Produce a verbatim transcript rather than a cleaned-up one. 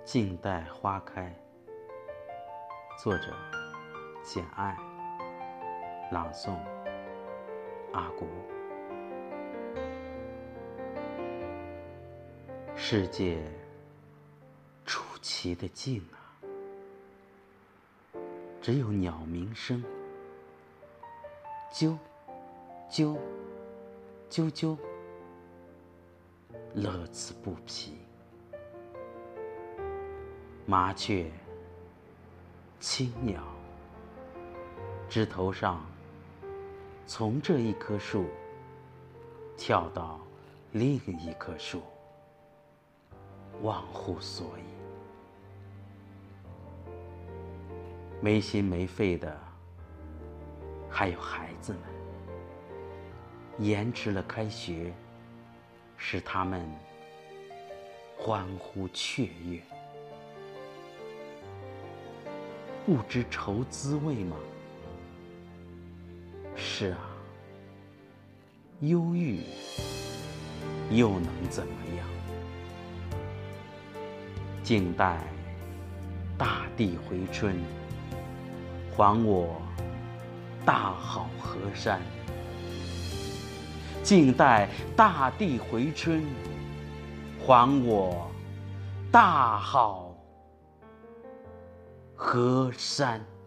静待花开。作者：简爱，朗诵：阿国。世界出奇的静啊，只有鸟鸣声，啾啾啾啾，乐此不疲。麻雀、青鸟，枝头上从这一棵树跳到另一棵树，忘乎所以。没心没肺的还有孩子们，延迟了开学，使他们欢呼雀跃。不知愁滋味吗？是啊，忧郁又能怎么样？静待大地回春，还我大好河山。静待大地回春，还我大好河山。